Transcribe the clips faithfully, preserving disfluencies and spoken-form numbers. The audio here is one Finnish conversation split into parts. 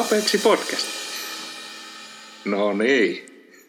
Apeksi podcast. No niin.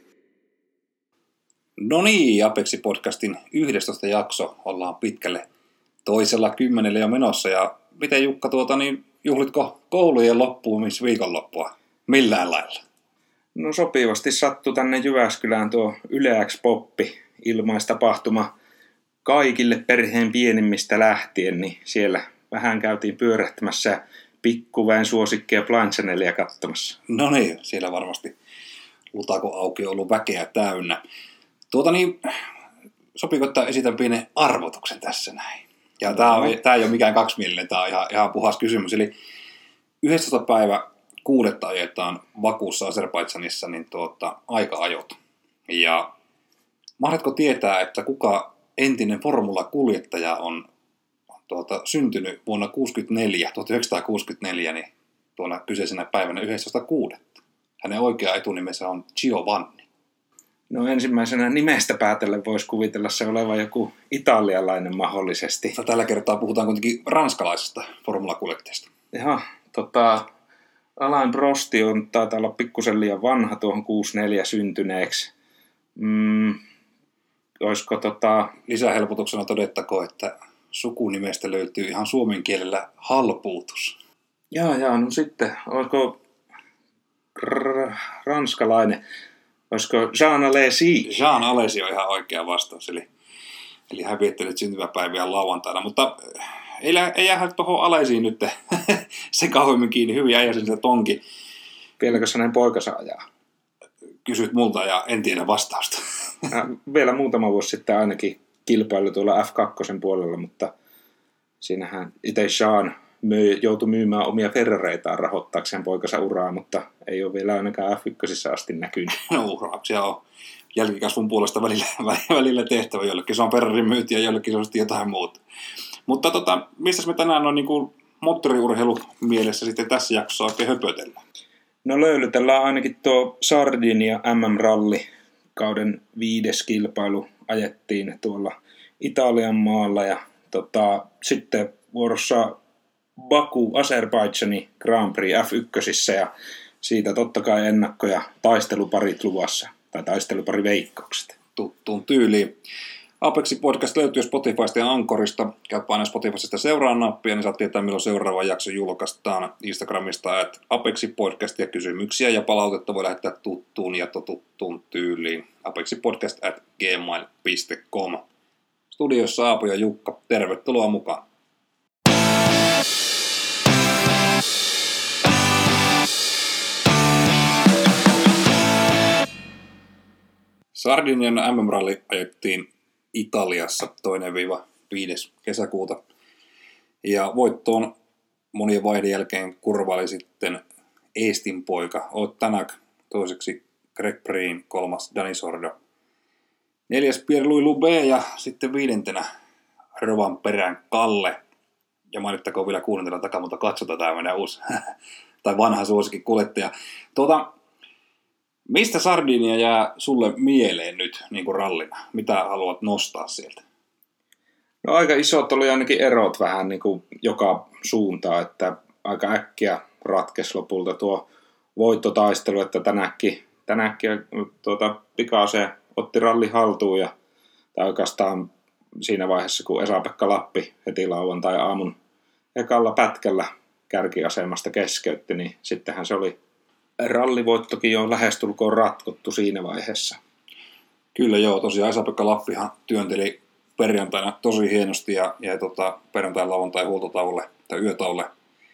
No niin, Apeksi podcastin yhdestoista jakso. Ollaan pitkälle toisella kymmenelle jo menossa. Ja miten Jukka, tuota, niin juhlitko koulujen loppuumisviikonloppua millään lailla? No sopivasti sattui tänne Jyväskylään tuo Yle X Poppi ilmaistapahtuma kaikille perheen pienimmistä lähtien, niin siellä vähän käytiin pyörähtämässä pikkuväen suosikkia Blind Channelia katsomassa. No niin, siellä varmasti Lutako auki on ollut väkeä täynnä. Tuota niin, sopiiko, että esitän pienen arvotuksen tässä näin? Ja tämä, on, tämä ei ole mikään kaksimielinen, tämä on ihan, ihan puhas kysymys. Eli yhdestoista päivä kuudetta ajetaan Bakussa Azerbaidžanissa niin tuota, aika-ajot. Ja mahdotko tietää, että kuka entinen formulakuljettaja on tuota, syntynyt vuonna tuhatyhdeksänsataakuusikymmentäneljä, niin tuona kyseisenä päivänä yhdestoista kuudetta. Hänen oikea etunimensä on Giovanni. No ensimmäisenä nimestä päätellen voisi kuvitella se olevan joku italialainen mahdollisesti. Tällä kertaa puhutaan kuitenkin ranskalaisesta formulakuljettajasta. Jaha, tota, Alain Prosti on, taitaa olla pikkusen liian vanha tuohon kuusikymmentäneljä syntyneeksi. Mm, olisiko tota... Lisähelpotuksena todettakoon, että sukunimestä löytyy ihan suomen kielellä halpuutus. Jaa, jaa, no sitten, olisiko r- ranskalainen, olisiko Jean Alesi? Jean Alesi on ihan oikea vastaus, eli, eli hän vietteli syntymäpäiviä lauantaina, mutta ei, ei jäädä tuohon Alesiin nyt se kauemmin kiinni, hyvin äijäsin sitä tonki. Vieläkö hänen poikansa ajaa? Kysyt multa ja en tiedä vastausta. Vielä muutama vuosi sitten ainakin kilpailu tuolla F kaksi puolella, mutta siinähän itse Jean myy, joutui myymään omia Ferrareitaan rahoittaakseen poikansa uraa, mutta ei ole vielä ainakaan F yksi asti näkynyt. No urauksia on jälkikasvun puolesta välillä, välillä tehtävä. Jollekin se on Ferrarin myynti ja jollekin se on jotain muuta. Mutta tota, mistäs me tänään on niin kuin moottoriurheilu mielessä sitten tässä jaksossa oikein höpötellään? No löylytellään ainakin tuo Sardinia M M-ralli kauden viides kilpailu ajettiin tuolla Italian maalla ja tota, sitten vuorossa Baku Azerbaidžani Grand Prix F yksi ja siitä totta kai ennakko- ja taisteluparit luvassa tai taistelupariveikkaukset. Tuttuun tyyliin. Apexi podcast löytyy Spotifysta ja Ankorista. Käy painaa Spotifysta seuraa nappia, niin saat tietää milloin seuraava jakso julkaistaan. Instagramista at Apexi podcast ja kysymyksiä ja palautetta voi lähettää tuttuun ja totuttuun tyyliin. apexipodcast at gmail piste com. Studiossa Aapo ja Jukka, tervetuloa mukaan. Sardinian M M-ralli ajettiin Italiassa toinen viides kesäkuuta. Ja voittoon monien vaihdon jälkeen kurvaili sitten Eestin poika Ott Tänak, toiseksi Greg Breen, kolmas Dani Sordo. Neljäs Pierre-Louis Loubet ja sitten viidentenä Rovan perään Kalle. Ja mainittakoon vielä kuunnella takaa, mutta katsotaan tämä meidän uusi tai vanha suosikin kuljettaja. Tuota, mistä Sardinia jää sulle mieleen nyt niin kuin rallina? Mitä haluat nostaa sieltä? No aika isot oli ainakin erot vähän niin kuin joka suuntaan, että aika äkkiä ratkesi lopulta tuo voittotaistelu, että tänäkin, tänäkin tuota, Pikase otti ralli haltuun ja tai oikeastaan siinä vaiheessa, kun Esa-Pekka Lappi heti lauantai aamun ekalla pätkällä kärkiasemasta keskeytti, niin sittenhän se oli rallivoittokin jo lähestulkoon ratkottu siinä vaiheessa. Kyllä joo, tosiaan Esa-Pekka Lappihan työnteli perjantaina tosi hienosti ja, ja tota, perjantai lauantai huoltotauolle tai yötauolle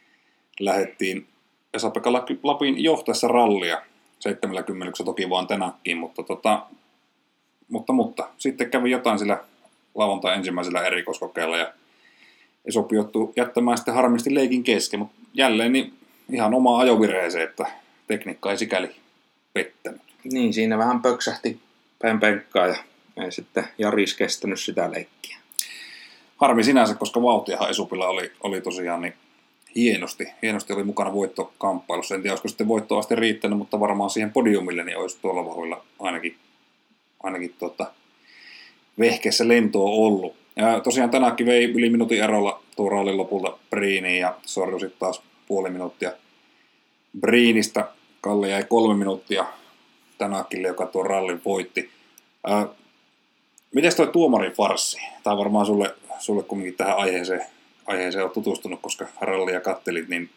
lähdettiin Esa-Pekka Lapin johtaessa rallia seitsemänkymmentä toki vaan tänäkin, mutta, tota, mutta, mutta sitten kävi jotain sillä lauantai ensimmäisellä erikoiskokeella ja Esopi joutui jättämään sitten harmisti leikin kesken, mutta jälleen niin ihan oma ajovirheeseen, että tekniikka ei sikäli pettänyt. Niin, siinä vähän pöksähti päin penkkaa ja ei sitten Jaris kestänyt sitä leikkiä. Harmi sinänsä, koska vauhtiahan Esupilla oli, oli tosiaan niin hienosti. Hienosti oli mukana voittokamppailussa. En tiedä, olisiko sitten voittoa asti riittänyt, mutta varmaan siihen podiumille niin olisi tuolla vauhdilla ainakin, ainakin tuota, vehkeessä lentoa ollut. Ja tosiaan tänäänkin vei yli minuutin erolla tuo rallin lopulta Breeniin ja Sordo sitten taas puoli minuuttia Briinistä. Kalle jäi kolme minuuttia Tanakille, joka tuon rallin voitti. Ää, mites toi tuomarin farssi? Tämä on varmaan sulle, sulle kumminkin tähän aiheeseen, aiheeseen on tutustunut, koska rallia kattelit, niin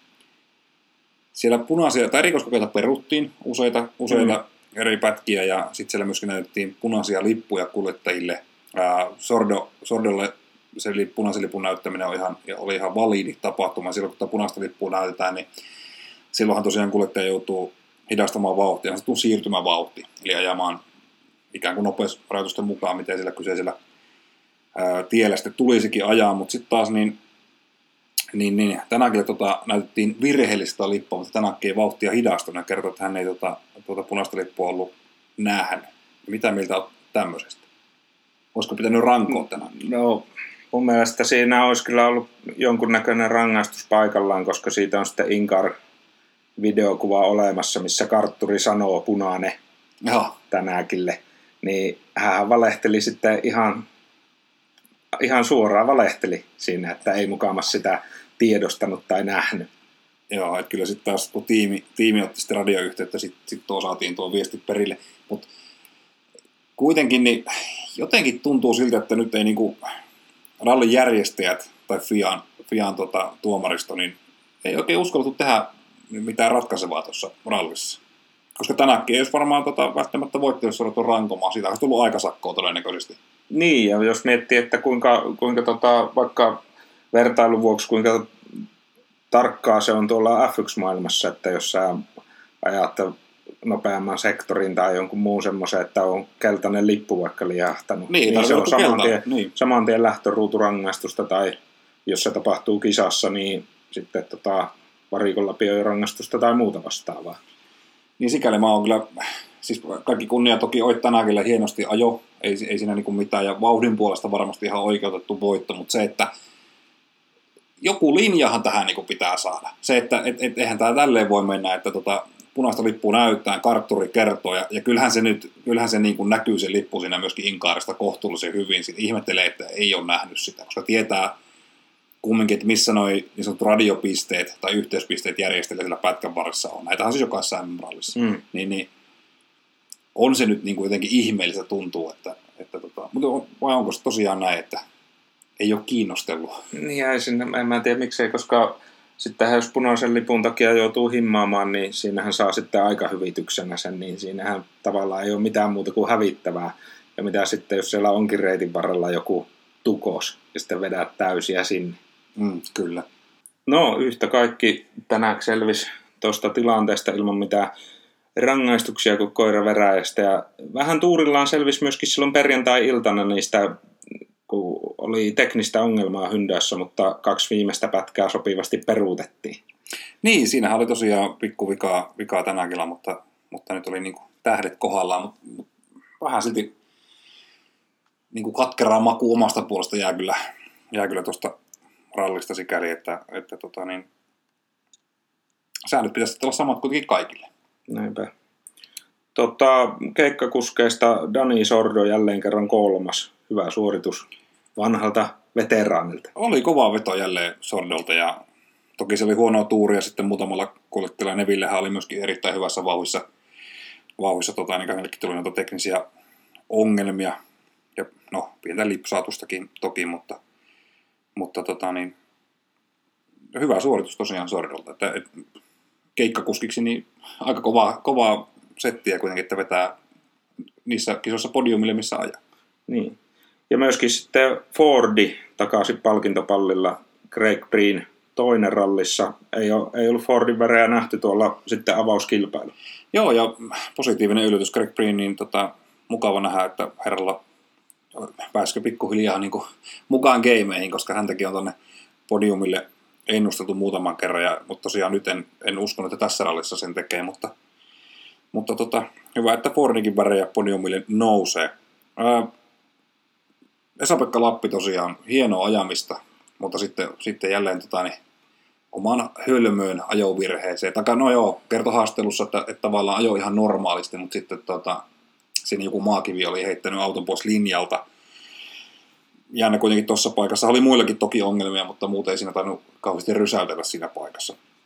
siellä punaisia, tai erikoiskokeita peruttiin useita, useita mm. eri pätkiä, ja sitten siellä myöskin näytettiin punaisia lippuja kuljettajille. Ää, Sordo, Sordolle se punaisen lipun näyttäminen oli ihan, oli ihan validi tapahtuma. Silloin kun tämä punaista lippua näytetään, niin silloinhan tosiaan kuljettaja joutuu hidastamaan vauhtia, se tulee siirtymävauhti, eli ajamaan ikään kuin nopeusrajoitusten mukaan, miten sillä kyseisellä ää, tiellä sitten tulisikin ajaa, mutta sitten taas niin, niin, niin tänäkin tota, näytettiin virheellistä lippua, mutta tänäkin ei vauhtia hidastunut ja kertoi, että hän ei tota, tuota punaista lippua ollut nähnyt. Mitä mieltä on tämmöisestä? Olisiko pitänyt rankoa tänään? No, mun mielestä siinä olisi kyllä ollut jonkunnäköinen rangaistus paikallaan, koska siitä on sitten Inkar videokuva olemassa, missä kartturi sanoo punainen Joo. tänäkille. Niin hän valehteli sitten ihan, ihan suoraan valehteli siinä, että ei mukamas sitä tiedostanut tai nähnyt. Joo, että kyllä sitten taas kun tiimi, tiimi otti sitten radioyhteyttä, sitten sit tuo saatiin tuo viesti perille. Mutta kuitenkin niin jotenkin tuntuu siltä, että nyt ei niinku rallin järjestäjät tai Fian, Fian tota, tuomaristo, niin ei oikein uskallettu tehdä mitään ratkaisevaa tuossa rallissa. Koska tänäkin ei olisi varmaan tota, välttämättä voitti, jos olisi rankomaan. Siitä olisi tullut aikasakkoa todennäköisesti. Niin, ja jos miettii, että kuinka, kuinka tota, vaikka vertailun vuoksi, kuinka tarkkaa se on tuolla F yksi -maailmassa, että jos sä ajat nopeamman sektorin tai jonkun muun semmoisen, että on keltainen lippu vaikka liahtanut, niin, niin se on saman tien, niin. saman tien lähtöruuturangaistusta, tai jos se tapahtuu kisassa, niin sitten tota, varikon läpi on rangaistusta tai muuta vastaavaa. Niin sikäli mä oon kyllä, siis kaikki kunnia toki Oit tänäkin hienosti ajo, ei, ei siinä niinku mitään, ja vauhdin puolesta varmasti ihan oikeutettu voitto, mutta se, että joku linjahan tähän niinku pitää saada. Se, että et, et, eihän tää tälleen voi mennä, että tota, punaista lippua näyttää, kartturi kertoo, ja, ja kyllähän se nyt kyllähän se niinku näkyy se lippu siinä myöskin Inkaarista kohtuullisen hyvin. Sitten ihmettelee, että ei ole nähnyt sitä, koska tietää kumminkin, että missä noi niin sanottu radiopisteet tai yhteyspisteet järjestellä sillä pätkän varressa on. Näitähän on siis jokaisessa M M-rallissa. Mm. Niin, niin, on se nyt niin kuin jotenkin ihmeellistä tuntuu, että, että tota, mutta vai onko se tosiaan näin, että ei ole kiinnostelua? Niin jäi sinne, en mä tiedä miksei, koska sitten jos punaisen lipun takia joutuu himmaamaan, niin siinähän saa sitten aikahyvityksenä sen, niin siinähän tavallaan ei ole mitään muuta kuin hävittävää. Ja mitä sitten, jos siellä onkin reitin varrella joku tukos ja sitten vedät täysiä sinne. Mm, kyllä. No, yhtä kaikki tänään selvisi tuosta tilanteesta ilman mitään rangaistuksia kuin koira veräjästä. Ja vähän tuurillaan selvisi myöskin silloin perjantai-iltana niistä, kun oli teknistä ongelmaa Hyndässä, mutta kaksi viimeistä pätkää sopivasti peruutettiin. Niin, siinähän oli tosiaan pikku vikaa, vikaa tänäkin, mutta, mutta nyt oli niin kuin tähdet kohdallaan. Mutta, mutta vähän silti niin kuin katkeraa maku omasta puolesta jää kyllä, jää kyllä tuosta rallista sikäli, että, että tota niin, säännöt pitäisi olla samat kuitenkin kaikille. Näinpä. Tota, keikkakuskeista Dani Sordo jälleen kerran kolmas. Hyvä suoritus vanhalta veteraanilta. Oli kova veto jälleen Sordolta ja toki se oli huonoa tuuria sitten muutamalla kuljettajalla. Nevillehän oli myöskin erittäin hyvässä vauhissa. vauhissa tota, niin hänellekin tuli noita teknisiä ongelmia ja no pientä lipsaatustakin toki, mutta Mutta tota, niin, hyvä suoritus tosiaan Sordolta. Että, et, keikkakuskiksi niin aika kovaa, kovaa settiä kuitenkin, että vetää niissä kisoissa podiumille, missä ajaa. Niin. Ja myöskin sitten Fordi takaisin palkintopallilla Craig Breen toinen rallissa. Ei, ole, ei ollut Fordin värejä nähty tuolla sitten avauskilpailu. Joo, ja positiivinen yllätys Craig Breen, niin tota, mukava nähdä, että herralla pääsikö pikkuhiljaa niin kuin mukaan gameihin, koska häntäkin on tuonne podiumille ennusteltu muutaman kerran, ja, mutta tosiaan nyt en, en uskon, että tässä rallissa sen tekee, mutta, mutta tota, hyvä, että Fordikin värejä podiumille nousee. Ää, Esa-Pekka Lappi tosiaan hienoa ajamista, mutta sitten, sitten jälleen tota, niin, oman hölmöön ajovirheeseen. Taka, no joo, kertoi haastelussa, että, että tavallaan ajo ihan normaalisti, mutta sitten tota, siinä joku maakivi oli heittänyt auton pois linjalta. Jännä kuitenkin tuossa paikassa. Oli muillakin toki ongelmia, mutta muuten ei siinä tainnut kauheasti rysäytellä siinä paikassa.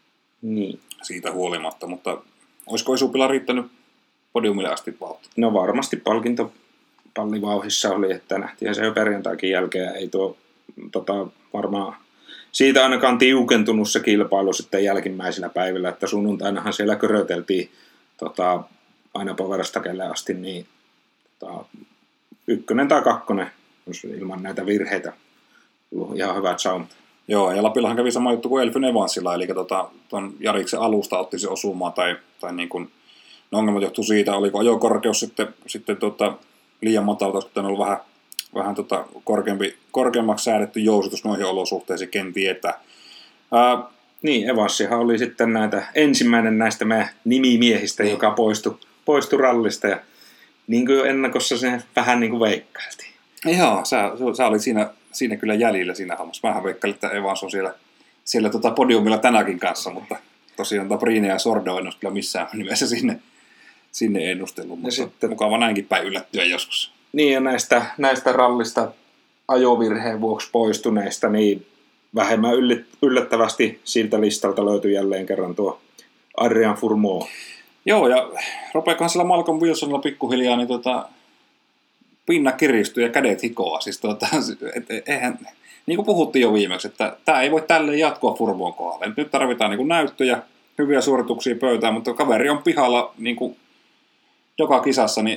Niin. siitä huolimatta, mutta olisiko Esupilla riittänyt podiumille asti vauhtia? No varmasti palkinto pallivauhissa oli, että nähtiin se jo perjantaikin jälkeen. Ei tuo tota, varmaan siitä ainakaan tiukentunut se kilpailu sitten jälkimmäisillä päivillä, että sunnuntainahan siellä köröteltiin tota, aina Powerstakelle asti, niin tota, ykkönen tai kakkonen, jos ilman näitä virheitä ollut ihan hyvät saumat. Joo, ja Lapillahan kävi sama juttu kuin Elfyn Evansilla, eli tota, ton Jariksen alusta otti se osumaan, tai, tai niin kuin, ne ongelmat johtuu siitä, oliko ajokorkeus sitten, sitten tota, liian matalta, koska on ollut vähän, vähän tota, korkeampi, korkeammaksi säädetty jousitus noihin olosuhteisiin, ken tietää. Ää, Niin, Evanssihan oli sitten näitä ensimmäinen näistä meidän nimimiehistä, niin. joka poistui, poistui rallista, ja niin kuin ennakossa se vähän niin kuin veikkailtiin. Joo, sä, sä olit siinä, siinä kyllä jäljellä siinä hommassa. Mähän veikkailin, että Evans on siellä, siellä tota podiumilla tänäkin kanssa, mutta tosiaan Tabrine ja Sordo en olisi kyllä missään nimessä sinne, sinne ennustellut, mutta sitten mukava näinkin päin yllättyä joskus. Niin, ja näistä, näistä rallista ajovirheen vuoksi poistuneista, niin vähemmän yllättävästi siltä listalta löytyi jälleen kerran tuo Adrian Fourmaux. Joo, ja rupeakohan sillä Malcolm Wilsonilla pikkuhiljaa, niin tota, pinna kiristyy ja kädet hikoaa. Siis tota, et, eihän, niin kuin puhuttiin jo viimeksi, että tämä ei voi tälleen jatkua Fourmaux'n kohdalla. Nyt tarvitaan niin kuin näyttöjä, hyviä suorituksia pöytään, mutta kaveri on pihalla niin kuin joka kisassa, niin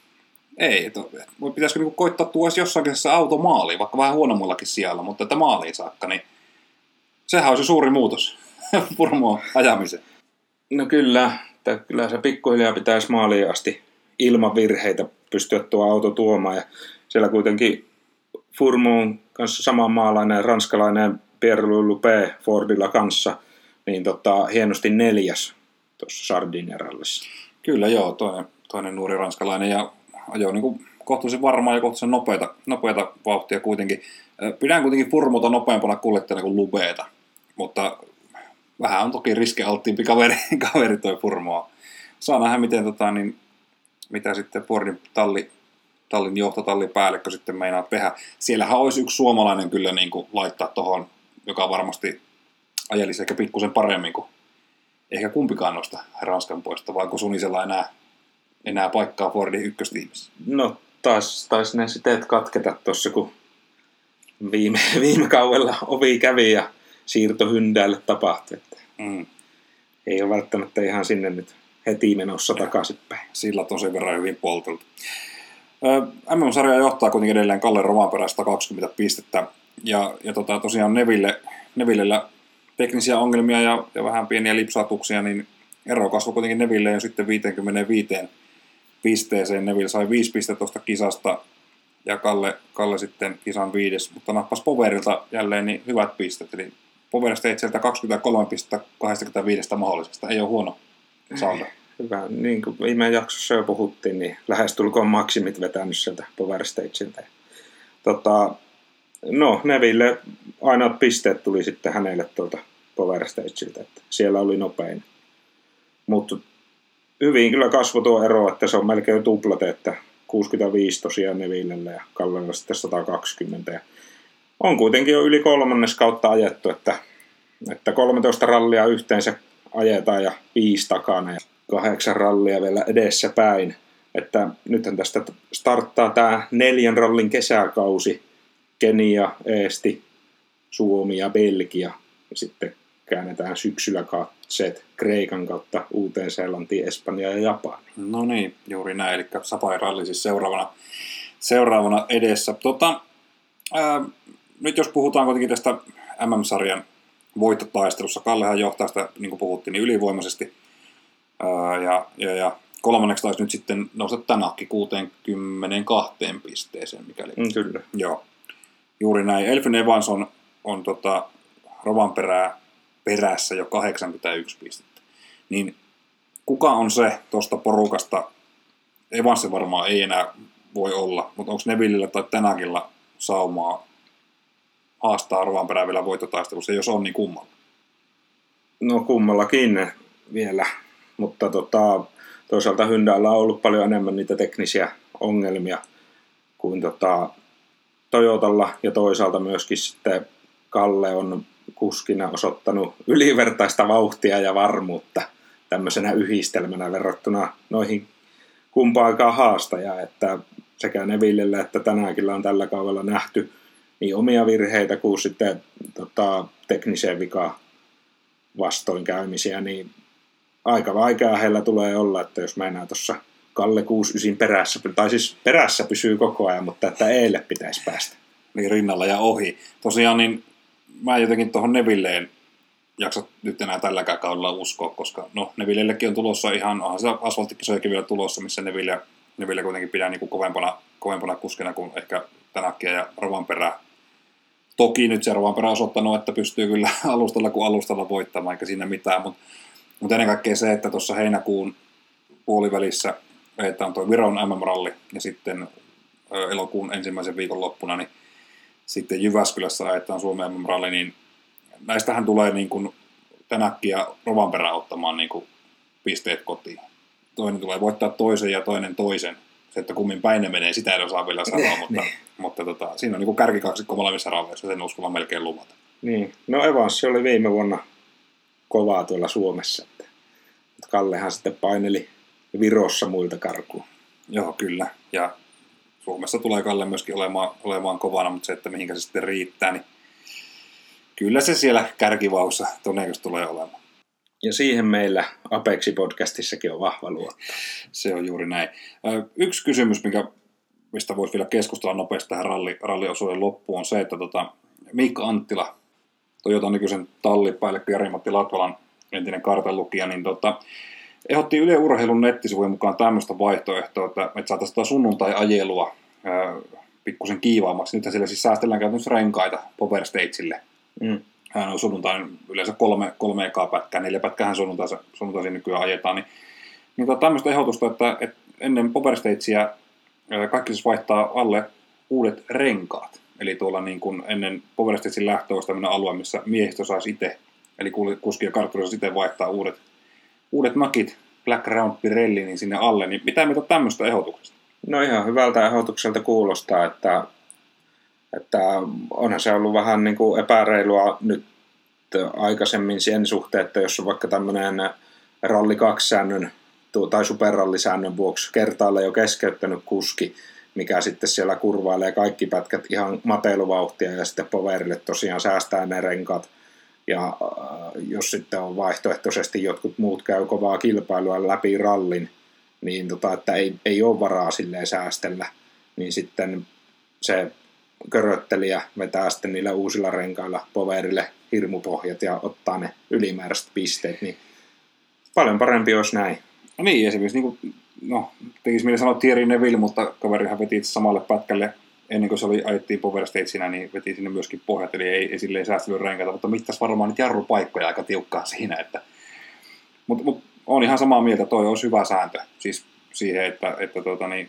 ei. Et, pitäisikö niin kuin koittaa tuoda edes jossain kisassa auto maaliin, vaikka vähän huonommallakin sijalla, mutta että maaliin saakka, niin sehän on se suuri muutos Fourmaux'n ajamiseen. No kyllä, että kyllä se pikkuhiljaa pitäisi maaliin asti ilman virheitä pystyä tuo auto tuomaan. Ja siellä kuitenkin Fourmaux'n kanssa samanmaalainen ranskalainen Pierre-Louis Loupé Fordilla kanssa, niin tota, hienosti neljäs tuossa Sardinia-rallissa. Kyllä joo, toinen, toinen nuori ranskalainen ja ajoi niin kuin kohtuullisen varmaa ja kohtuullisen nopeata, nopeata vauhtia kuitenkin. Pidän kuitenkin Fourmauxta nopeampana kuljettajana kuin Loupeeta, mutta vähän on toki riskialttiimpi kaveri, kaveri toi Fourmaux. Saa nähdä, miten, tota, niin, mitä sitten Fordin talli, tallin johtotallipäällikkö sitten meinaa tehdä. Siellähän olisi yksi suomalainen kyllä niin kuin laittaa tuohon, joka varmasti ajelisi ehkä pikkusen paremmin kuin ehkä kumpikaan noista Ranskan puolesta, vai kun Sunisella enää, enää paikkaa Fordin ykköstiimissä? No taas, taas ne siteet katketa tuossa, kun viime, viime kaudella ovi kävi ja siirto Hyndäälle tapahtui. Mm. Ei ole välttämättä ihan sinne nyt heti menossa takaisinpäin. Sillat on sen verran hyvin polteltu. M M-sarja johtaa kuitenkin edelleen Kalle Rovanperä sata kaksikymmentä pistettä. Ja, ja tota, tosiaan Neville, Nevillellä teknisiä ongelmia ja, ja vähän pieniä lipsatuksia, niin ero kasvoi kuitenkin Neville jo sitten viisikymmentäviisi pisteeseen. Neville sai viisi pistettä tuosta kisasta ja Kalle, Kalle sitten kisan viides, mutta nappasi Powerilta jälleen niin hyvät pistet. Eli Power teit sieltä kaksikymmentäkolme pistettä kaksikymmentäviisi mahdollisesta. Ei ole huono saldo. Hyvä. Niin kuin viime jaksossa jo puhuttiin, niin lähestulkoon maksimit vetänyt sieltä Power Stageilta. Tota, no, Neville ainoat pisteet tuli sitten hänelle tuolta Power Stageilta, että siellä oli nopein. Mutta hyvin kyllä kasvoi tuo ero, että se on melkein tuplat, että kuusikymmentäviisi tosiaan Nevillelle ja Kallella sitten sata kaksikymmentä. Ja on kuitenkin jo yli kolmannes kautta ajettu, että, että kolmetoista rallia yhteensä ajetaan ja viisi takana ja kahdeksan rallia vielä edessä päin. Että nythän tästä starttaa tämä neljän rallin kesäkausi. Kenia, Eesti, Suomi ja Belgia. Ja sitten käännetään syksyllä katseet Kreikan kautta Uuteen-Seelantiin, Espanjaan ja Japaniin. No niin, juuri näin. Eli Safari-ralli siis seuraavana, seuraavana edessä. Tota, ää, nyt jos puhutaan kuitenkin tästä M M-sarjan voittotaistelussa, Kallehan johtaa sitä, niin kuin puhuttiin, niin ylivoimaisesti. Ää, ja, ja, ja kolmanneksi taisi nyt sitten nousta Tanakki kuuteenkymmeneenkahteen pisteeseen, mikäli... Mm, kyllä. Joo, juuri näin. Elfyn Evans on, on tota, Rovanperää perässä jo kahdeksankymmentäyksi pistettä. Niin kuka on se tuosta porukasta? Evans varmaan ei enää voi olla, mutta onko Nevillellä tai Tanakilla saumaa haastaa Rovanperää vielä voittotaistelussa? Jos on, niin kummalla? No kummallakin vielä, mutta tota, toisaalta Hyndällä on ollut paljon enemmän niitä teknisiä ongelmia kuin tota Toyotalla, ja toisaalta myöskin sitten Kalle on kuskina osoittanut ylivertaista vauhtia ja varmuutta tämmöisenä yhdistelmänä verrattuna noihin kumpaakaan haastajaa, että sekä Nevillellä että tänäänkin on tällä kaudella nähty niin omia virheitä kuin sitten tota, tekniseen vikaan vastoinkäymisiä, niin aika vaikeaa heillä tulee olla, että jos meinaa tuossa Kalle kuusikymmentäyhdeksän perässä, tai siis perässä pysyy koko ajan, mutta että eille pitäisi päästä. Niin rinnalla ja ohi. Tosiaan niin mä jotenkin tuohon Nevilleen jaksa nyt enää tälläkään kaudella uskoa, koska no Nevillellekin on tulossa ihan, onhan se asfalttikisojakin vielä tulossa, missä Neville, Neville kuitenkin pidää niin kuin kovempana, kovempana kuskena kuin ehkä Tänäkkiä ja Rovanperää. Toki nyt se Rovanperä on osoittanut, että pystyy kyllä alustalla kuin alustalla voittamaan, eikä siinä mitään, mutta, mutta ennen kaikkea se, että tuossa heinäkuun puolivälissä ajetaan tuo Viron M M-ralli ja sitten elokuun ensimmäisen viikon loppuna, niin sitten Jyväskylässä ajetaan Suomen M M-ralli, niin näistähän tulee niin kuin Tänäkki ja Rovanperä ottamaan niin kuin pisteet kotiin. Toinen tulee voittaa toisen ja toinen toisen. Se, että kummin päin ne menee, sitä ei osaa vielä sanoa, mutta, mutta tota, siinä on niin kuin kärkikaksikko molemmissa ralleissa, sen uskallan melkein luvata. Niin, no Evans oli viime vuonna kovaa tuolla Suomessa. Että Kallehan sitten paineli Virossa muilta karkuun. Joo, kyllä. Ja Suomessa tulee Kalle myöskin olemaan, olemaan kovana, mutta se, että mihinkä se sitten riittää, niin kyllä se siellä kärkivaussa todennäköisesti tulee olemaan. Ja siihen meillä Apexi-podcastissakin on vahva luotto. Se on juuri näin. Yksi kysymys, mikä, mistä voisi vielä keskustella nopeasti tähän ralli, ralliosuuden loppuun, on se, että tota, Miikka Anttila, Toyotan nykyisen tallipäällikkö Jari-Matti Latvalan entinen kartanlukija, niin tota, ehdotti Yle Urheilun nettisivujen mukaan tämmöistä vaihtoehtoa, että, että saataisiin tota sunnuntai-ajelua ää, pikkusen kiivaammaksi. Nythän siellä siis säästellään käytännössä renkaita Power Stagelle. Mm. Hän on sunnuntain yleensä kolme, kolme ekaa pätkää, neljä pätkähän sunnuntaisin, sunnuntaisin nykyään ajetaan. Niin, niin tota, tämmöistä ehdotusta, että, että ennen Power Stagea kaikki siis vaihtaa alle uudet renkaat. Eli tuolla niin kuin ennen Power Stagen lähtöä olisi tämmöinen alue, missä miehistö saisi itse, eli kuski ja kartturi saisi itse vaihtaa uudet, uudet nakit, Black Round Pirelli, niin sinne alle. Niin mitä mieltä tämmöistä ehdotuksesta? No ihan hyvältä ehdotukselta kuulostaa, että, että onhan se ollut vähän niin kuin epäreilua nyt aikaisemmin sen suhteen, että jos on vaikka tämmöinen ralli kaksi säännön tai superrallisäännön vuoksi kertaalle jo keskeyttänyt kuski, mikä sitten siellä kurvailee kaikki pätkät ihan mateiluvauhtia ja sitten Powerille tosiaan säästää ne renkaat. Ja äh, jos sitten on vaihtoehtoisesti jotkut muut käy kovaa kilpailua läpi rallin, niin tota, että ei, ei ole varaa silleen säästellä, niin sitten se köröttelijä vetää sitten niillä uusilla renkailla Powerille hirmupohjat ja ottaa ne ylimääräiset pisteet, niin paljon parempi olisi näin. No niin, esimerkiksi niin kuin, no, tekisi mieli sanoa Thierry Neville, mutta kaverihan veti itse samalle pätkälle ennen kuin se oli, ajettiin Power Stagenä, niin veti sinne myöskin pohjat, eli ei, ei silleen säästellyt renkaita, mutta mittasi varmaan niitä jarrupaikkoja aika tiukkaan siinä, että mutta mut, on ihan samaa mieltä, toi olisi hyvä sääntö, siis siihen, että, että tuota, niin,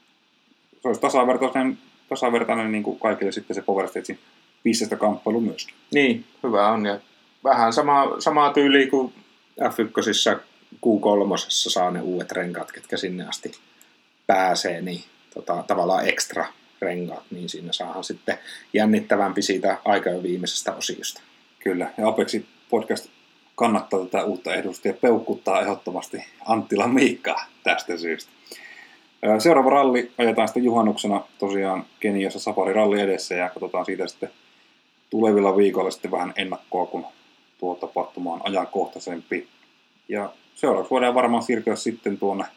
se olisi tasavertainen, tasavertainen niin kuin kaikille sitten se Power Stagen pisteistä kamppailu myöskin. Niin, hyvä on, ja vähän sama, samaa tyyliä kuin F yksi Q kolme saa ne uudet renkaat, ketkä sinne asti pääsee, niin tota, tavallaan ekstra renkaat, niin siinä saadaan sitten jännittävämpi siitä aika viimeisestä osiosta. Kyllä, ja Apexi podcast kannattaa tätä uutta ehdotusta ja peukkuttaa ehdottomasti Anttila Miikkaa tästä syystä. Seuraava ralli ajetaan sitten juhannuksena tosiaan Keniassa Safari-ralli edessä ja katsotaan siitä sitten tulevilla viikoilla sitten vähän ennakkoa, kun tuo tapahtuma on ajankohtaisempi. Ja seuraavaksi voidaan varmaan siirtyä sitten tuonne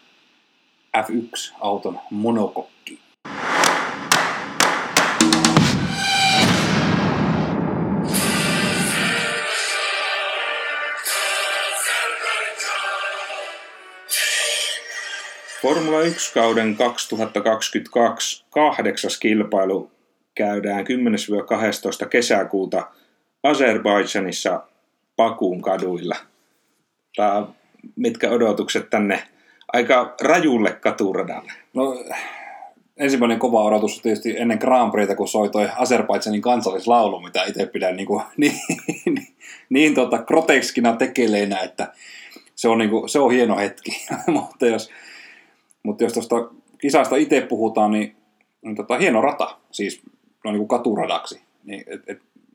F yksi-auton monokokkiin. Formula yksi-kauden kaksituhattakaksikymmentäkaksi kahdeksas kilpailu käydään kymmenes kaksitoista kesäkuuta Azerbaidžanissa Bakun kaduilla. Tää, mitkä odotukset tänne aika rajulle katuradalle? No, ensimmäinen kova odotus on tietysti ennen Grand Prixta, kun soi toi Azerbaidžanin kansallislaulu, mitä itse pidän niin, kuin, niin, niin, niin tota, groteskina tekeleinä, että se on, niin kuin, se on hieno hetki. mutta jos, mutta jos tuosta kisasta itse puhutaan, niin, niin tota, hieno rata, siis no, niin kuin katuradaksi. Niin, et, et,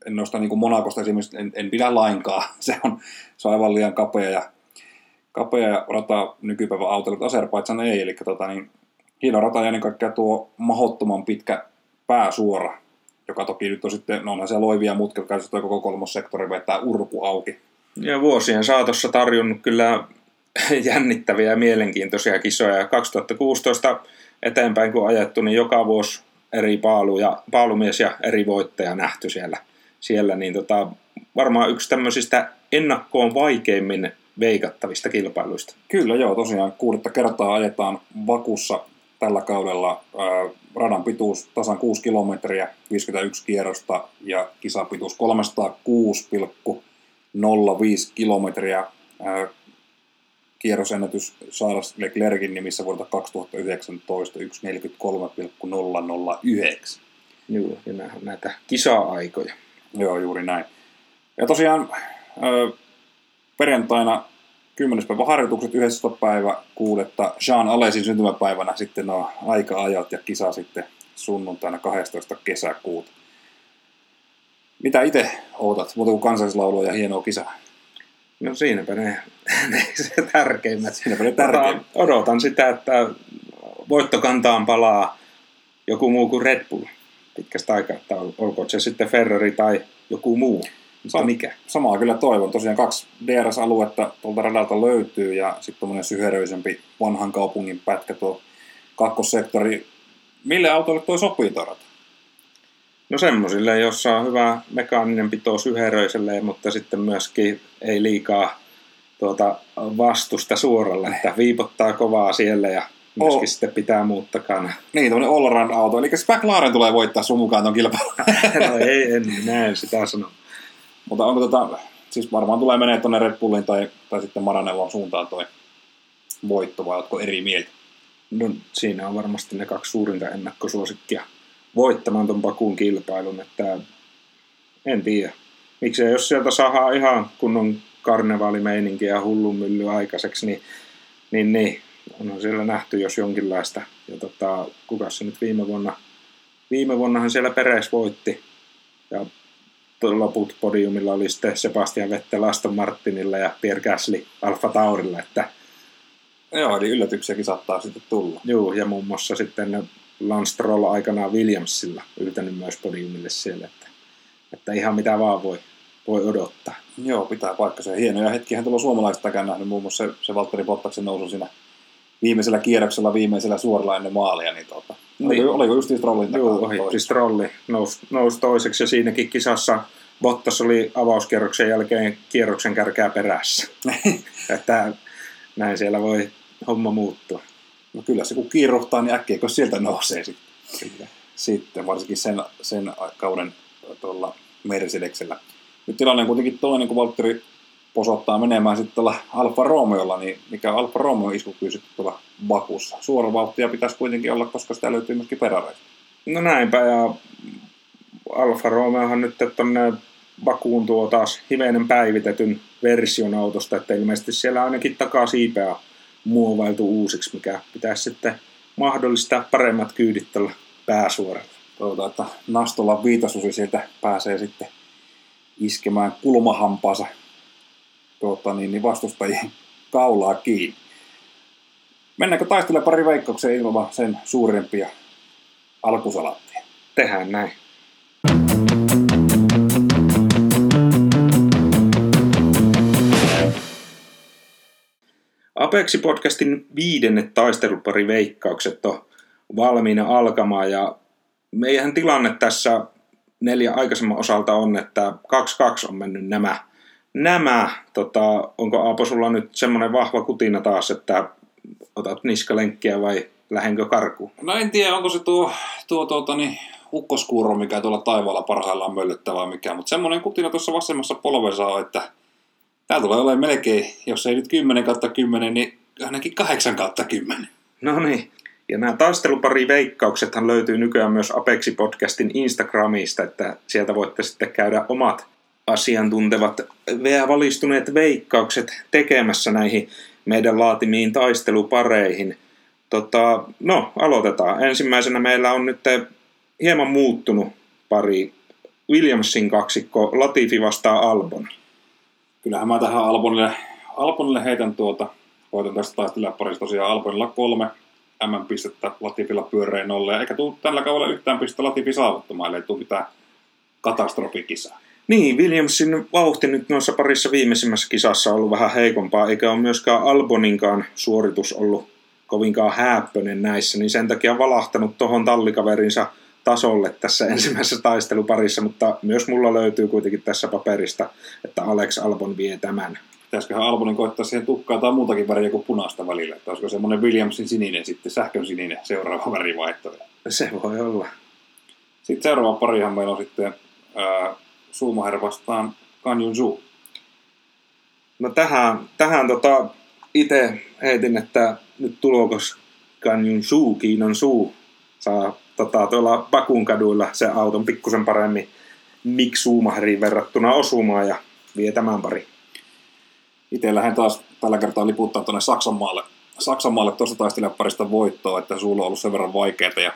en nosta niin kuin Monacosta esimerkiksi, en, en pidä lainkaan. Se on, se on aivan liian kapea ja, kapea rata nykypäivän autolle, mutta Azerbaidžan ei. Eli tota, niin, hieno rata ja ennen kaikkea tuo mahdottoman pitkä pääsuora, joka toki nyt on sitten, no onhan siellä loivia mutkilla, käytössä tuo koko kolmossektori vetää urku auki. Ja vuosien saatossa tarjonnut kyllä jännittäviä ja mielenkiintoisia kisoja. kaksituhattakuusitoista eteenpäin kun ajettu, niin joka vuosi eri paalu ja, paalumies ja eri voittaja nähty siellä. siellä niin tota, varmaan yksi tämmöisistä ennakkoon vaikeimmin veikattavista kilpailuista. Kyllä joo, tosiaan kuudetta kertaa ajetaan Bakussa tällä kaudella. Ää, radan pituus tasan kuusi kilometriä, viisikymmentäyksi kierrosta ja kisapituus kolmesataakuusi pilkku nolla viisi kilometriä. Ää, kierrosennätys Charles Leclercin nimissä vuodelta kaksituhattayhdeksäntoista yksi neljäkymmentäkolme pilkku nolla nolla yhdeksän. Joo, ja nähdään näitä kisa-aikoja. Joo, juuri näin. Ja tosiaan ää, perjantaina kymmenes päivä harjoitukset, yhdestoista päivä kuudetta Jean Alesin syntymäpäivänä sitten nuo aika-ajat ja kisa sitten sunnuntaina kahdestoista kesäkuuta. Mitä itse ootat, muuta kuin kansallislaulua ja hienoa kisaa? No siinäpä ne, ne se tärkeimmät. Siinäpä ne tärkeimmät. Odotan sitä, että voittokantaan palaa joku muu kuin Red Bull pitkästä aikaa, että olkoon se sitten Ferrari tai joku muu. Sa- mikä? Samaa kyllä toivon. Tosiaan kaksi D R S-aluetta tuolta radalta löytyy ja sitten tuommoinen syheröisempi vanhan kaupungin pätkä tuo kakkossektori. Mille autolle toi sopii tuo rata? No semmoisille, jossa on hyvä mekaaninen pito syheröiselle, mutta sitten myöskin ei liikaa tuota vastusta suoralla, että viipottaa kovaa siellä ja myöskin oh. sitten pitää muut takana. Niin, tämmöinen all-around-auto. Eli McLaren tulee voittaa sun mukaan tuon kilpailun. No ei, en näin sitä sano. Mutta onko tota, siis varmaan tulee menee tuonne Red Bullin tai, tai sitten Maranellon suuntaan toi voitto, vai oletko eri mieltä? No siinä on varmasti ne kaksi suurinta ennakkosuosikkia voittamaan ton Bakun kilpailun, että en tiedä. Miksei jos sieltä saadaan ihan kunnon karnevaalimeininki ja hullun mylly aikaiseksi, niin, niin, niin onhan siellä nähty jos jonkinlaista. Ja tota, kukas se nyt viime vuonna, viime vuonnahan siellä Perez voitti ja loput podiumilla oli sitten Sebastian Vettel Aston Martinilla ja Pierre Gasly Alfa Taurilla, että joo, eli yllätyksiäkin saattaa sitten tulla. Joo, ja muun muassa sitten Lance Stroll aikanaan Williamsilla yltänyt myös podiumille siellä, että, että ihan mitä vaan voi, voi odottaa. Joo, pitää paikkansa. Hienoja hetkiä tuolla suomalaistakaan nähnyt, muun muassa se, se Valtteri Bottaksen nousu siinä viimeisellä kierroksella, viimeisellä suoralla ennen maalia, niin tuota, niin. Oliko, oliko just Strollin takaa? Joo, ohitti Strolli, nousi, nousi toiseksi ja siinäkin kisassa Bottas oli avauskierroksen jälkeen kierroksen kärkää perässä. Että näin siellä voi homma muuttua. No kyllä se kun kiiruhtaa, niin äkkiä kun sieltä nousee sitten. Kyllä. Sitten varsinkin sen, sen kauden tuolla Mercedeksellä. Nyt tilanne on kuitenkin toinen, kun Valtteri posottaa menemään sitten tuolla Alfa Romeolla, niin mikä on Alfa Romeo iskukyy sitten tuolla Bakussa. Suora vauhtia pitäisi kuitenkin olla, koska sitä löytyy myöskin Ferrareista. No näinpä, ja Alfa Romeohan nyt tuonne Bakuun tuo taas hivenen päivitetyn version autosta, että ilmeisesti siellä ainakin takasiipeä muovailtu uusiksi, mikä pitäisi sitten mahdollistaa paremmat kyydit tällä pääsuoralla. Toivotaan, että Nastolan viitasusi sieltä pääsee sitten iskemään kulmahampaansa tuota, niin, niin vastustajien kaulaa kiinni. Mennäänkö taistelemaan pari veikkaukseen ilman sen suurempia alkusalaatteja? Tehdään näin. Apeksi-podcastin viidennet taistelupariveikkaukset on valmiina alkamaan ja meidän tilanne tässä neljä aikaisemman osalta on, että kaksi kaksi on mennyt nämä. nämä tota, onko Aapo sulla nyt semmoinen vahva kutina taas, että otat niskalenkkiä vai lähdenkö karkuun? No en tiedä, onko se tuo, tuo tuota, niin, ukkoskuuro, mikä tuolla taivaalla parhaillaan möllyttävää mikä, mutta semmoinen kutina tuossa vasemmassa polvessa on, että tää tulee olemaan melkein, jos ei nyt kymmenen kautta kymmenen, niin ainakin kahdeksan kautta kymmenen. No niin. Ja nämä taistelupariveikkauksethan löytyy nykyään myös Apeksi-podcastin Instagramista, että sieltä voitte sitten käydä omat asiantuntevat ja valistuneet veikkaukset tekemässä näihin meidän laatimiin taistelupareihin. Tota, no, aloitetaan. Ensimmäisenä meillä on nyt hieman muuttunut pari Williamsin kaksikko Latifi vastaa Albon. Kyllähän mä tähän Albonille, Albonille heitän tuota, voitan tästä taistelijaparista tosiaan Albonilla kolme M M-pistettä, Latifilla pyöreä nolla, eikä tule tällä kaudella yhtään pistettä Latifi saavuttamaan, eli ei tule mitään katastrofikisaa. Niin, Williamsin vauhti nyt noissa parissa viimeisimmässä kisassa on ollut vähän heikompaa, eikä ole myöskään Alboninkaan suoritus ollut kovinkaan hääppöinen näissä, niin sen takia on valahtanut tuohon tallikaverinsa tasolle tässä ensimmäisessä taisteluparissa, mutta myös mulla löytyy kuitenkin tässä paperista, että Alex Albon vie tämän. Pitäisiköhän Albonin koittaa siihen tukkaa tai muutakin väriä kuin punaista välillä, että olisiko semmoinen Williamsin sininen sitten, sähkön sininen seuraava värivaihto. Se voi olla. Sitten seuraava parihan meillä on sitten ää, Schumacher vastaan Guan Yu. No tähän, tähän tota, itse heitin, että nyt tulokos Guan Yu, Kiinon suu, saa tota, tuolla Bakun kaduilla se auton pikkusen paremmin Mick Schumacheriin verrattuna osumaan ja vie tämän pari. Itse lähden taas tällä kertaa liputtaa tuonne Saksanmaalle. Saksanmaalle tuosta taistelijaparista voittoa, että sulla on ollut sen verran vaikeaa ja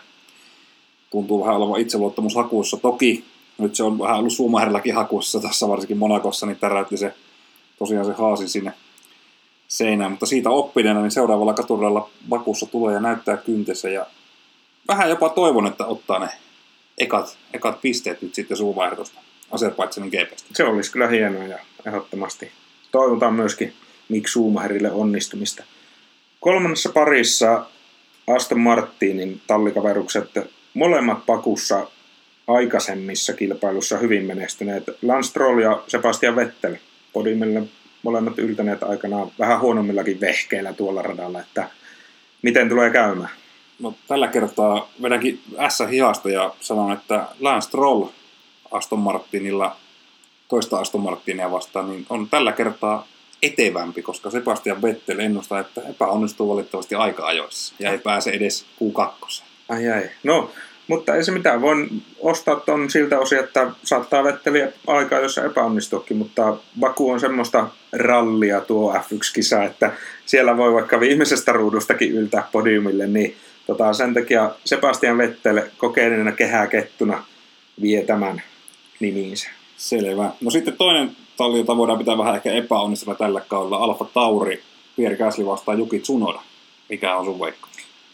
tuntuu vähän olevan itseluottamus hakuissa. Toki nyt se on vähän ollut Schumacherillakin hakuissa tässä varsinkin Monacossa, niin täräytti se tosiaan se haasi sinne seinään. Mutta siitä oppineena niin seuraavalla katurilla Bakussa tulee ja näyttää kyntessä ja vähän jopa toivon, että ottaa ne ekat, ekat pisteet nyt sitten Schumacher tuosta Azerbaidžanin G P:stä. Se olisi kyllä hienoa ja ehdottomasti toivotaan myöskin Mick Schumacherille onnistumista. Kolmannessa parissa Aston Martinin tallikaverukset, molemmat Bakussa aikaisemmissa kilpailussa hyvin menestyneet. Lance Stroll ja Sebastian Vettel podiumille molemmat yltäneet aikanaan vähän huonommillakin vehkeillä tuolla radalla, että miten tulee käymään? No, tällä kertaa vedänkin S-hihasta ja sanon, että Lance Stroll Aston Martinilla toista Aston Martinia vastaan niin on tällä kertaa etevämpi, koska Sebastian Vettel ennustaa, että epäonnistuu valitettavasti aika-ajoissa ja ei pääse edes Q kaksi. Ai ai. No, mutta ei se mitään. Voin ostaa ton siltä osin, että saattaa Vetteliä aikaa, jossa epäonnistuukin, mutta Baku on semmoista rallia tuo F yksi -kisa, että siellä voi vaikka viimeisestä ruudustakin yltää podiumille, niin tota, sen takia Sebastian Vettel kokeneena kehäkettuna vie tämän nimiinsä. Selvä. No sitten toinen talli, jota voidaan pitää vähän ehkä epäonnistuna tällä kaudella, Alfa Tauri, Pierre Gasly vastaan Yuki Tsunoda. Mikä on sun veikkaus?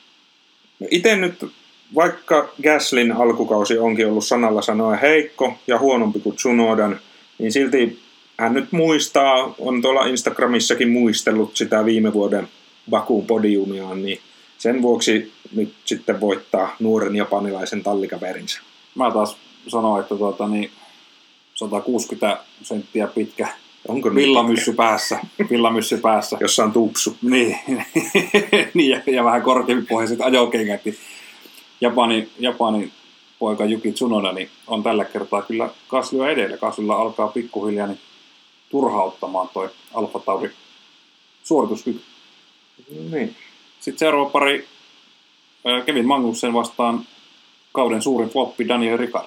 No itse nyt, vaikka Gaslyn alkukausi onkin ollut sanalla sanoen heikko ja huonompi kuin Tsunodan, niin silti hän nyt muistaa, on tuolla Instagramissakin muistellut sitä viime vuoden Bakun podiumiaan, niin sen vuoksi nyt sitten voittaa nuoren japanilaisen tallikaverinsa. Mä taas sanoin, että tuota, niin sata kuusikymmentä senttiä pitkä Onko niin villamyssy päässä, villamyssy päässä. Jossa on tupsu. Niin, niin ja, ja vähän korkeampipohjaiset ajokengät. Niin Japani, Japanin poika Yuki Tsunoda niin on tällä kertaa kyllä Gaslyä edellä. Gaslylla alkaa pikkuhiljaa niin turhauttamaan toi Alfa Tauri suorituskyky. Niin. Sitten seuraava pari Kevin Magnussen vastaan kauden suurin floppi Daniel Ricciardo.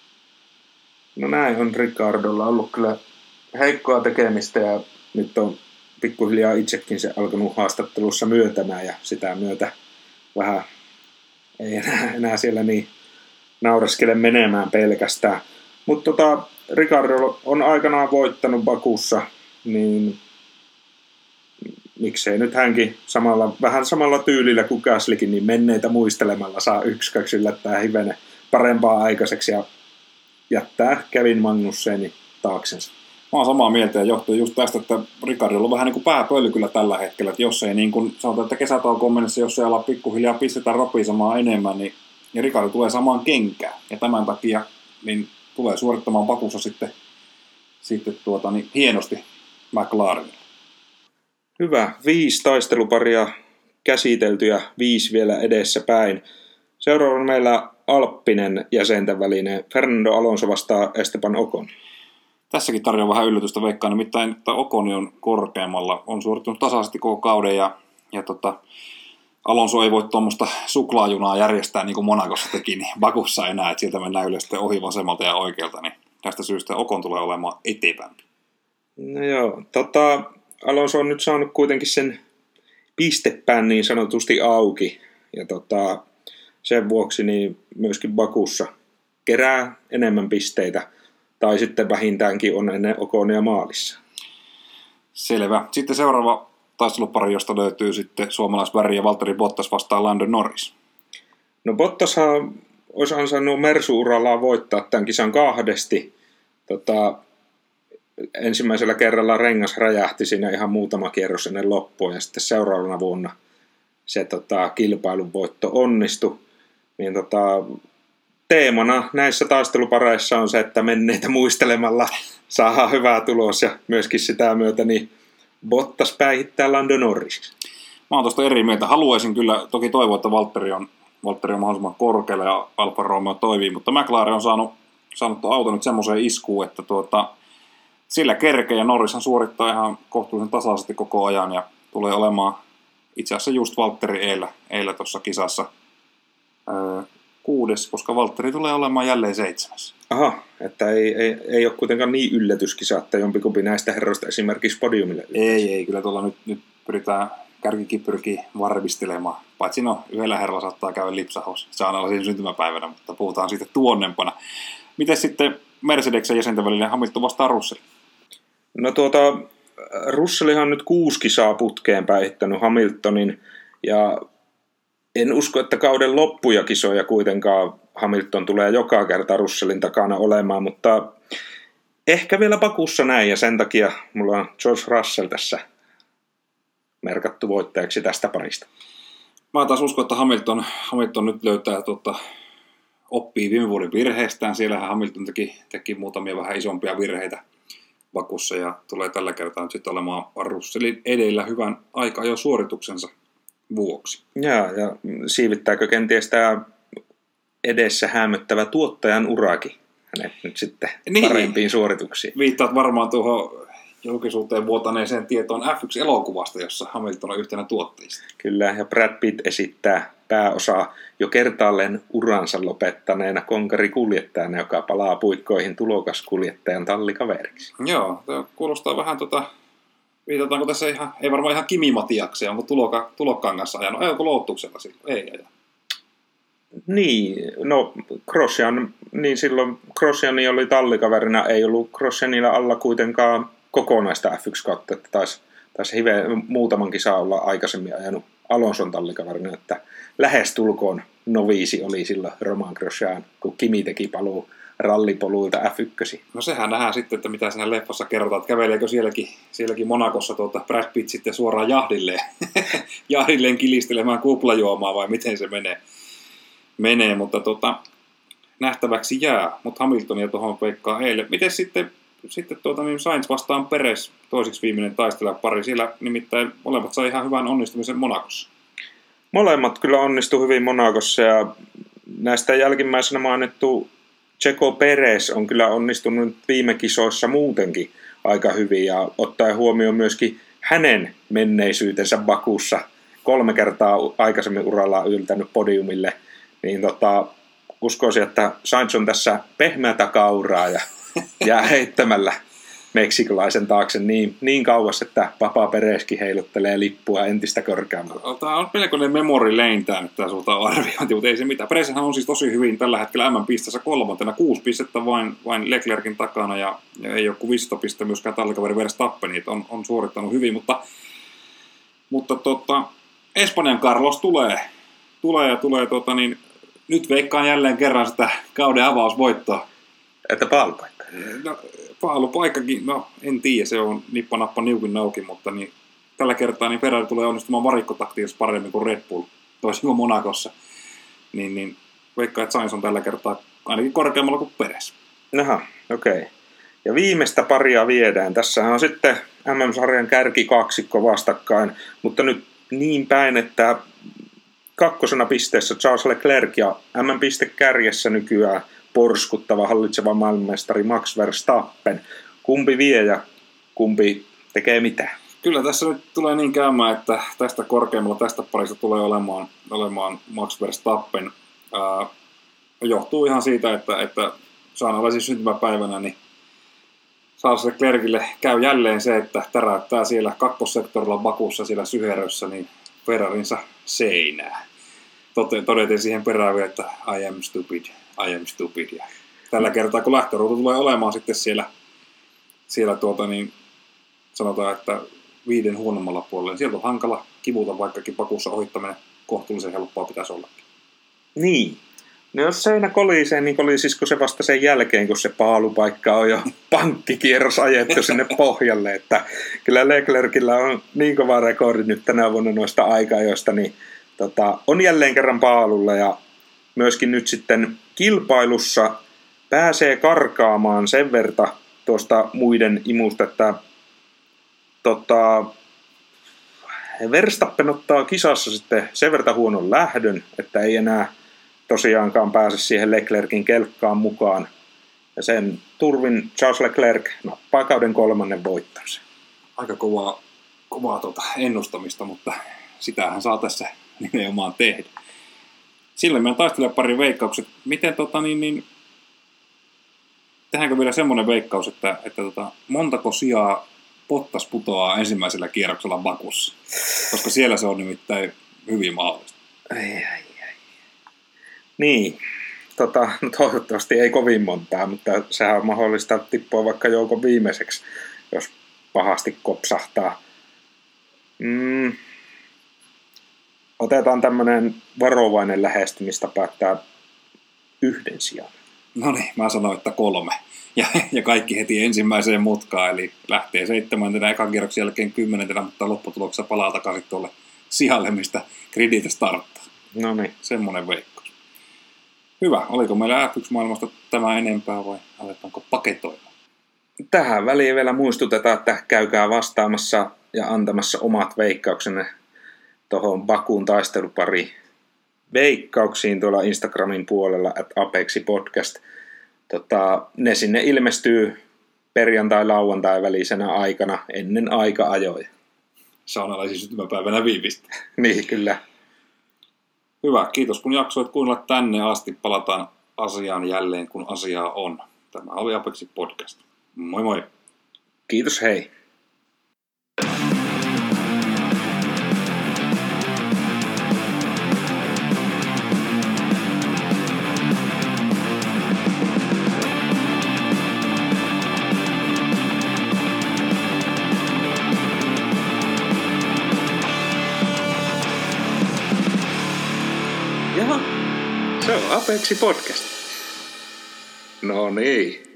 No näin on Ricciardolla ollut kyllä heikkoa tekemistä ja nyt on pikkuhiljaa itsekin se alkanut haastattelussa myötämään ja sitä myötä vähän ei enää, enää siellä niin nauraskele menemään pelkästään. Mutta tota, Ricciardo on aikanaan voittanut Bakussa, niin miksei nyt hänkin samalla, vähän samalla tyylillä kuin Gaslykin, niin menneitä muistelemalla saa yksi kaksi yllättää hivenen parempaa aikaiseksi ja jättää Kevin Magnussenin taaksensa. Mä oon samaa mieltä ja johtuu just tästä, että Ricciardolla on vähän niin kuin pääpölkyllä tällä hetkellä, että jos ei niin kuin sanotaan, että kesätaukoon mennessä, jos ei ala pikkuhiljaa pistetä ropisemaan enemmän, niin, niin Ricciardo tulee samaan kenkään ja tämän takia niin tulee suorittamaan Bakussa sitten, sitten tuota, niin hienosti McLarenille. Hyvä. Viisi taisteluparia käsitelty ja viisi vielä edessä päin. Seuraavana meillä Alppinen jäsenten välinen Fernando Alonso vastaa Esteban Ocon. Tässäkin tarjoaa vähän yllätystä veikkaa, nimittäin että Ocon on korkeammalla, on suorittunut tasaisesti koko kauden ja, ja tota, Alonso ei voi tuommoista suklaajunaa järjestää niin kuin Monacossa teki, niin Bakussa enää, että sieltä mennään yleensä ohi vasemmalta ja oikealta, niin tästä syystä Ocon tulee olemaan etevämpi. No joo, tota, Alonso on nyt saanut kuitenkin sen pistepään niin sanotusti auki ja tota, sen vuoksi niin myöskin Bakussa kerää enemmän pisteitä, tai sitten vähintäänkin on ennen Oconia maalissa. Selvä. Sitten seuraava taistelupari, josta löytyy sitten suomalaisväri ja Valtteri Bottas vastaan Lando Norris. No Bottashan olisi ansainnut Mersu-urallaan voittaa tämän kisan kahdesti. Tota, ensimmäisellä kerralla rengas räjähti siinä ihan muutama kierros ennen loppua, ja sitten seuraavana vuonna se tota, kilpailun voitto onnistui. Niin, tota, teemana näissä taistelupareissa on se, että menneitä muistelemalla saadaan hyvää tulos, ja myöskin sitä myötä niin Bottas päihittää Lando Norris. Mä oon tuosta eri mieltä. Haluaisin kyllä toki toivoa, että Valtteri on, Valtteri on mahdollisimman korkealla ja Alfa Romeo toimii, mutta McLaren on saanut, saanut auto nyt semmoiseen iskuun, että tuota, sillä kerkeä ja Norrishan suorittaa ihan kohtuullisen tasaisesti koko ajan ja tulee olemaan itse asiassa just Valtteri eilen, eilen tuossa kisassa öö, kuudes, koska Valtteri tulee olemaan jälleen seitsemäs. Aha, että ei, ei, ei ole kuitenkaan niin yllätyskisa, että jompikumpi näistä herroista esimerkiksi podiumille. Ei, ei, kyllä tuolla nyt, nyt pyritään kärkikin pyrkii varmistelemaan. Paitsi no, yhdellä herralla saattaa käydä lipsahos. Se on alla siinä syntymäpäivänä, mutta puhutaan siitä tuonnempana. Miten sitten Mercedeksen jäsenten välillä Hamilton vastaan Russell? No tuota, Russellihan on nyt kuusi kisaa putkeen päihittänyt Hamiltonin, ja en usko, että kauden loppuja kisoja kuitenkaan Hamilton tulee joka kerta Russellin takana olemaan, mutta ehkä vielä Bakussa näin, ja sen takia mulla on George Russell tässä merkattu voittajaksi tästä parista. Mä taas uskon, että Hamilton, Hamilton nyt löytää, tota, oppii viime vuoden virheestään. Siellähän Hamilton teki, teki muutamia vähän isompia virheitä Bakussa ja tulee tällä kertaa nyt sitten olemaan Russellin edellä hyvän aika jo suorituksensa vuoksi. Ja, ja siivittääkö kenties tämä edessä hämöttävä tuottajan urakin hänet nyt sitten niin parempiin suorituksiin? Viittaat varmaan tuohon julkisuuteen vuotaneeseen tietoon F yksi -elokuvasta, jossa Hamilton on yhtenä tuottajista. Kyllä, ja Brad Pitt esittää pääosaa jo kertaalleen uransa lopettaneena konkarikuljettajana, joka palaa puikkoihin tulokaskuljettajan tallikaveriksi. Joo, tämä kuulostaa vähän tota, viitataanko tässä ihan, ei varmaan ihan Kimi Matiakseen, onko tuloka, tulokkaan kanssa ajanut, ei onko Lotuksella silloin, ei aja. Niin, no Grosjean, niin silloin Grosjeani oli tallikaverina, ei ollut Grosjeanilla alla kuitenkaan kokonaista F yksi kautta, että taisi, taisi hiveen muutaman kisaa olla aikaisemmin ajanut Alonson tallikaverina, että lähestulkoon noviisi oli silloin Romain Grosjean, kun Kimi teki paluu rallipoluilta F yksi. No sehän nähdään sitten, että mitä siinä leffassa kerrotaan, että käveleekö sielläkin, sielläkin Monakossa tuota Brad Pitt sitten suoraan jahdilleen, jahdilleen kilistelemään kuplajuomaa vai miten se menee, menee mutta tota, nähtäväksi jää, mutta Hamiltonia tuohon peikkaa eilen. Miten sitten Sitten tuota, niin Sainz vastaan Perez, toiseksi viimeinen taistelija pari. Siellä nimittäin molemmat sai ihan hyvän onnistumisen Monakossa. Molemmat kyllä onnistu hyvin Monakossa, ja näistä jälkimmäisenä mainittu Checo Perez on kyllä onnistunut viime kisoissa muutenkin aika hyvin, ja ottaen huomioon myöskin hänen menneisyytensä Bakussa, kolme kertaa aikaisemmin urallaan yltänyt podiumille, niin tota, uskoisin, että Sainz on tässä pehmeätä kauraa ja jää heittämällä meksikolaisen taakse niin, niin kauas, että Papa Perezkin heiluttelee lippua entistä korkeammalla. Tämä on melkoinen memory lane tämä nyt tämä sulta arviointi, mutta ei se mitään. Perezhän on siis tosi hyvin tällä hetkellä M M-pisteessä kolmantena, kuusi pistettä vain, vain Leclerkin takana ja, ja ei ole kuin viisitoista pistettä myöskään tallikaveri Verstappen, että on, on suorittanut hyvin, mutta, mutta tota, Espanjan Carlos tulee, tulee ja tulee, tota, niin, nyt veikkaan jälleen kerran sitä kauden avausvoittoa. Että paalupaikka. No, paalupaikkakin, no en tiedä, se on nippa-nappa niukin nauki, mutta niin, tällä kertaa niin Ferrari tulee onnistumaan varikkotaktiikassa paremmin kuin Red Bull, toisin kuin Monakossa. Niin, niin veikkaan, että Sainz on tällä kertaa ainakin korkeammalla kuin Perez. Aha, okei. Okay. Ja viimeistä paria viedään. Tässähän on sitten M M-sarjan kärkikaksikko vastakkain, mutta nyt niin päin, että kakkosena pisteessä Charles Leclerc ja M M-pistekärjessä nykyään porskuttava hallitseva maailmanmestari Max Verstappen. Kumpi vie ja kumpi tekee mitä? Kyllä tässä nyt tulee niin käymään, että tästä korkeammalla tästä parista tulee olemaan, olemaan Max Verstappen. Ää, johtuu ihan siitä, että, että saanalaisen syntymäpäivänä niin Charles Leclercille käy jälleen se, että täräyttää siellä kakkossektorilla Bakussa siellä Syherössä niin Ferrarinsa seinää. Todetin siihen perään, että I am stupid, I am stupid. tällä kertaa, kun lähtöruutu tulee olemaan sitten siellä, siellä tuota, niin sanotaan, että viiden huonommalla puolella, niin sieltä on hankala kivuta, vaikkakin pakussa ohittaminen kohtuullisen helppoa pitäisi ollakin. Niin. No jos seinä kolisee, niin kolisisiko se vasta sen jälkeen, kun se paalupaikka on jo pankkikierros ajettu sinne pohjalle, että kyllä Leclercillä on niin kova rekordi nyt tänä vuonna noista aika-ajoista, niin tota, on jälleen kerran paalulla ja myöskin nyt sitten kilpailussa pääsee karkaamaan sen verta tuosta muiden imusta, että tota, Verstappen ottaa kisassa sitten sen verta huonon lähdön, että ei enää tosiaankaan pääse siihen Leclerkin kelkkaan mukaan. Ja sen turvin Charles Leclerc nappaa kauden kolmannen voittonsa. Aika kovaa, kovaa tuota ennustamista, mutta sitähän saa tässä nimenomaan tehdä. Silloin meidän taistelemaan pari veikkaukset. Miten tota niin, niin tehdäänkö vielä semmoinen veikkaus, että, että tota, montako sijaa Bottas putoaa ensimmäisellä kierroksella Bakussa? Koska siellä se on nimittäin hyvin mahdollista. Ai, ai, ai. Niin, tota, no toivottavasti ei kovin montaa, mutta sehän on mahdollista tippua vaikka joukon viimeiseksi, jos pahasti kopsahtaa. Mm. Otetaan tämmöinen varovainen lähestymistapa, että yhden sijaan. No niin, mä sanoin, että kolme. Ja, ja kaikki heti ensimmäiseen mutkaan, eli lähtee seitsemäntenä ekan kierroksen jälkeen kymmenentenä, mutta lopputuloksessa palaa takaisin tuolle sijalle, mistä griditä starttaa. No niin. Semmoinen veikkaus. Hyvä. Oliko meillä F yksi -maailmasta tämä enempää vai aletaanko paketoimaan? Tähän väliin vielä muistutetaan, että käykää vastaamassa ja antamassa omat veikkauksenne tuohon Bakun taistelupari veikkauksiin tuolla Instagramin puolella at Apexi Podcast. Tota, ne sinne ilmestyy perjantai-lauantai välisenä aikana ennen aika-ajoja. Saunalaisen syntymäpäivänä viivistä. Niin, kyllä. Hyvä, kiitos kun jaksoit kuunnella tänne asti. Palataan asiaan jälleen, kun asiaa on. Tämä oli Apexi Podcast. Moi moi. Kiitos, hei. Jaha, se on Apexi Podcast. No niin.